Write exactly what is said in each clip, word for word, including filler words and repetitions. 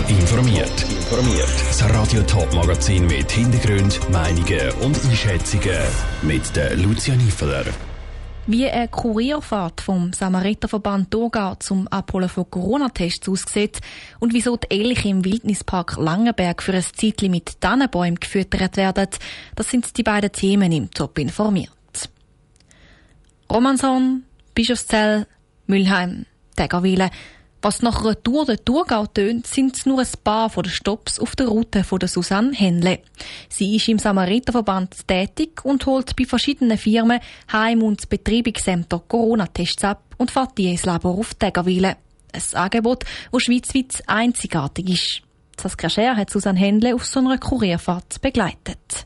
Informiert. Informiert. Das Radio Top Magazin mit Hintergrund, Meinungen und Einschätzungen mit der Lucia Niefeler. Wie eine Kurierfahrt vom Samariterverband Thurgau zum Abholen von Corona-Tests aussieht und wieso die Elche im Wildnispark Langenberg für ein Zeitchen mit Tannenbäumen gefüttert werden, das sind die beiden Themen im Top informiert. Romanshorn, Bischofszell, Mülheim, Tägerwilen. Was nach einer Tour der Thurgau tönt, sind nur ein paar von den Stopps auf der Route von der Susanne Henle. Sie ist im Samariterverband tätig und holt bei verschiedenen Firmen, Heim- und Betreibungsämtern Corona-Tests ab und fährt die ins Labor auf Tägerwilen. Ein Angebot, das schweizweit einzigartig ist. Saskia Scher hat Susanne Henle auf so einer Kurierfahrt begleitet.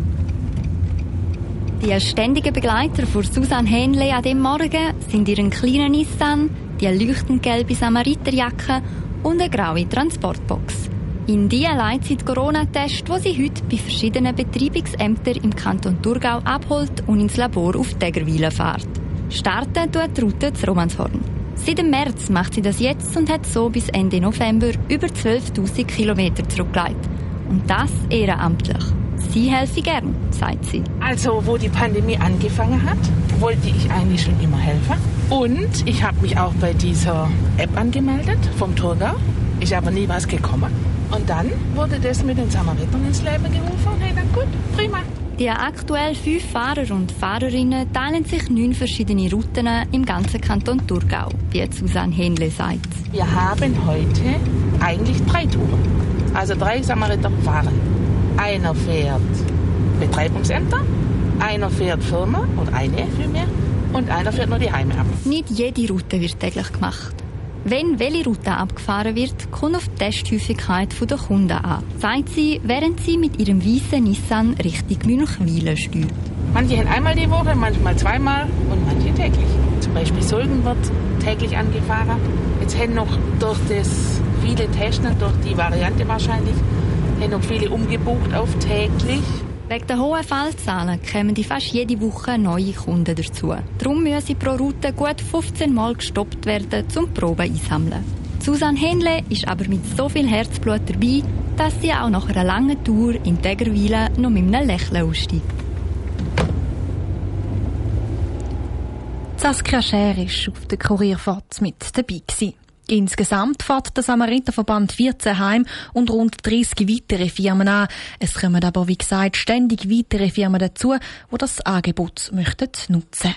Die ständigen Begleiter von Susanne Henle an diesem Morgen sind ihren kleinen Nissan, die leuchtend gelbe Samariterjacke und eine graue Transportbox. In die leitet sie die Corona-Tests, die sie heute bei verschiedenen Betreibungsämtern im Kanton Thurgau abholt und ins Labor auf Tägerwilen fährt. Starten tut die Route zu Romanshorn. Seit dem März macht sie das jetzt und hat so bis Ende November über zwölftausend Kilometer zurückgelegt. Und das ehrenamtlich. Sie helfe gern, sagt sie. Also, wo die Pandemie angefangen hat, wollte ich eigentlich schon immer helfen. Und ich habe mich auch bei dieser App angemeldet, vom Thurgau. Ist aber nie was gekommen. Und dann wurde das mit den Samaritern ins Leben gerufen. Hey, dann gut, prima. Die aktuell fünf Fahrer und Fahrerinnen teilen sich neun verschiedene Routen im ganzen Kanton Thurgau, wie Susanne Henle sagt. Wir haben heute eigentlich drei Touren. Also drei Samariter fahren. Einer fährt Betreibungsämter, einer fährt Firma, oder eine vielmehr, und einer fährt nur die Heime ab. Nicht jede Route wird täglich gemacht. Wenn welche Route abgefahren wird, kommt auf die Testhäufigkeit der Kunden an, sagt sie, während sie mit ihrem weißen Nissan Richtung Münchwilen steuert. Manche haben einmal die Woche, manchmal zweimal und manche täglich. Zum Beispiel Sulgen wird täglich angefahren. Jetzt haben noch durch das viele Testen, durch die Variante wahrscheinlich, haben noch viele umgebucht auf täglich. Wegen der hohen Fallzahlen kommen die fast jede Woche neue Kunden dazu. Darum müssen pro Route gut fünfzehn Mal gestoppt werden, um Proben einsammeln. Susanne Henle ist aber mit so viel Herzblut dabei, dass sie auch nach einer langen Tour in Tägerwilen noch mit einem Lächeln aussteigt. Saskia Scher war auf der Kurierfahrt mit dabei gewesen. Insgesamt fährt der Samariterverband vierzehn Heim und rund dreissig weitere Firmen an. Es kommen aber, wie gesagt, ständig weitere Firmen dazu, die das Angebot möchten nutzen.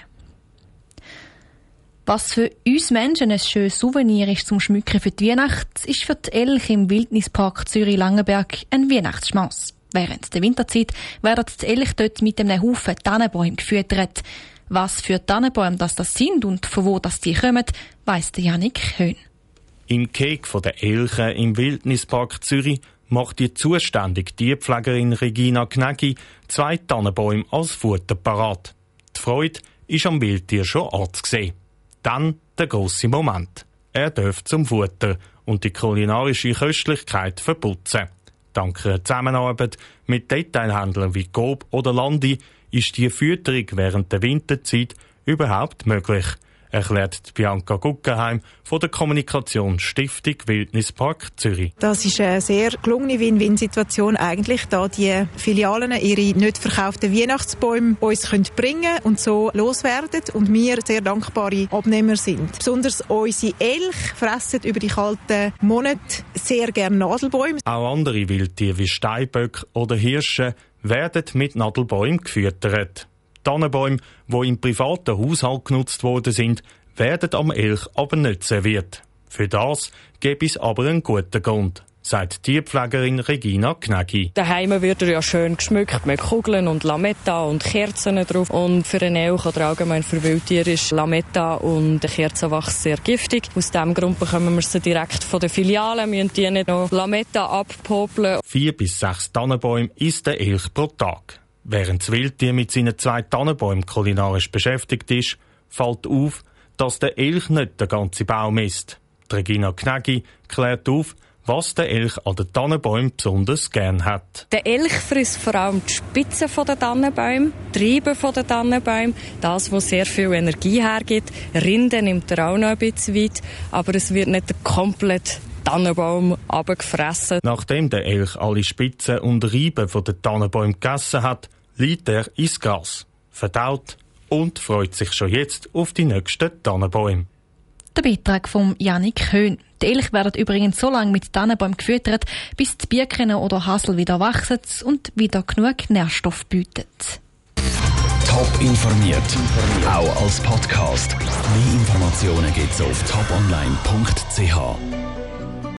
Was für uns Menschen ein schönes Souvenir ist zum Schmücken für die Weihnacht, ist für die Elche im Wildnispark Zürich-Langenberg ein Weihnachtsschmaus. Während der Winterzeit werden die Elche dort mit einem Haufen Tannenbäume gefüttert. Was für Tannenbäume das, das sind und von wo das die kommen, weiss Janik Höhn. Im Keg der Elche im Wildnispark Zürich macht die zuständige Tierpflegerin Regina Gnägi zwei Tannenbäume als Futter parat. Die Freude ist am Wildtier schon anzusehen. Dann der grosse Moment. Er darf zum Futter und die kulinarische Köstlichkeit verputzen. Dank einer Zusammenarbeit mit Detailhändlern wie Coop oder Landi ist die Fütterung während der Winterzeit überhaupt möglich, erklärt Bianca Guggenheim von der Kommunikationsstiftung Wildnispark Zürich. Das ist eine sehr gelungene Win-Win-Situation eigentlich, da die Filialen ihre nicht verkauften Weihnachtsbäume uns bringen können und so loswerden und wir sehr dankbare Abnehmer sind. Besonders unsere Elche fressen über die kalten Monate sehr gerne Nadelbäume. Auch andere Wildtiere wie Steinböcke oder Hirsche werden mit Nadelbäumen gefüttert. Tannenbäume, die im privaten Haushalt genutzt worden sind, werden am Elch aber nicht serviert. Für das gäbe es aber einen guten Grund, sagt Tierpflegerin Regina Gnägi. Daheim wird er ja schön geschmückt mit Kugeln und Lametta und Kerzen drauf. Und für einen Elch oder allgemein für Wildtiere ist Lametta und Kerzenwachs sehr giftig. Aus diesem Grund bekommen wir sie direkt von den Filialen, müssen die nicht noch Lametta abpopeln. Vier bis sechs Tannenbäume isst der Elch pro Tag. Während das Wildtier mit seinen zwei Tannenbäumen kulinarisch beschäftigt ist, fällt auf, dass der Elch nicht den ganzen Baum isst. Regina Gnägi klärt auf, was der Elch an den Tannenbäumen besonders gern hat. Der Elch frisst vor allem die Spitzen der Tannenbäume, die Triebe der Tannenbäume, das, was sehr viel Energie hergibt. Rinde nimmt er auch noch ein bisschen weit, aber es wird nicht der komplette Tannenbaum runtergefressen. Nachdem der Elch alle Spitzen und Reben von den Tannenbäumen gegessen hat, liegt er ins Gras, verdaut und freut sich schon jetzt auf die nächsten Tannenbäume. Der Beitrag von Jannik Höhn. Die Elche werden übrigens so lange mit Tannenbäumen gefüttert, bis die Birken oder Hasel wieder wachsen und wieder genug Nährstoff bieten. Top informiert, auch als Podcast. Mehr Informationen gibt's auf top online punkt c h.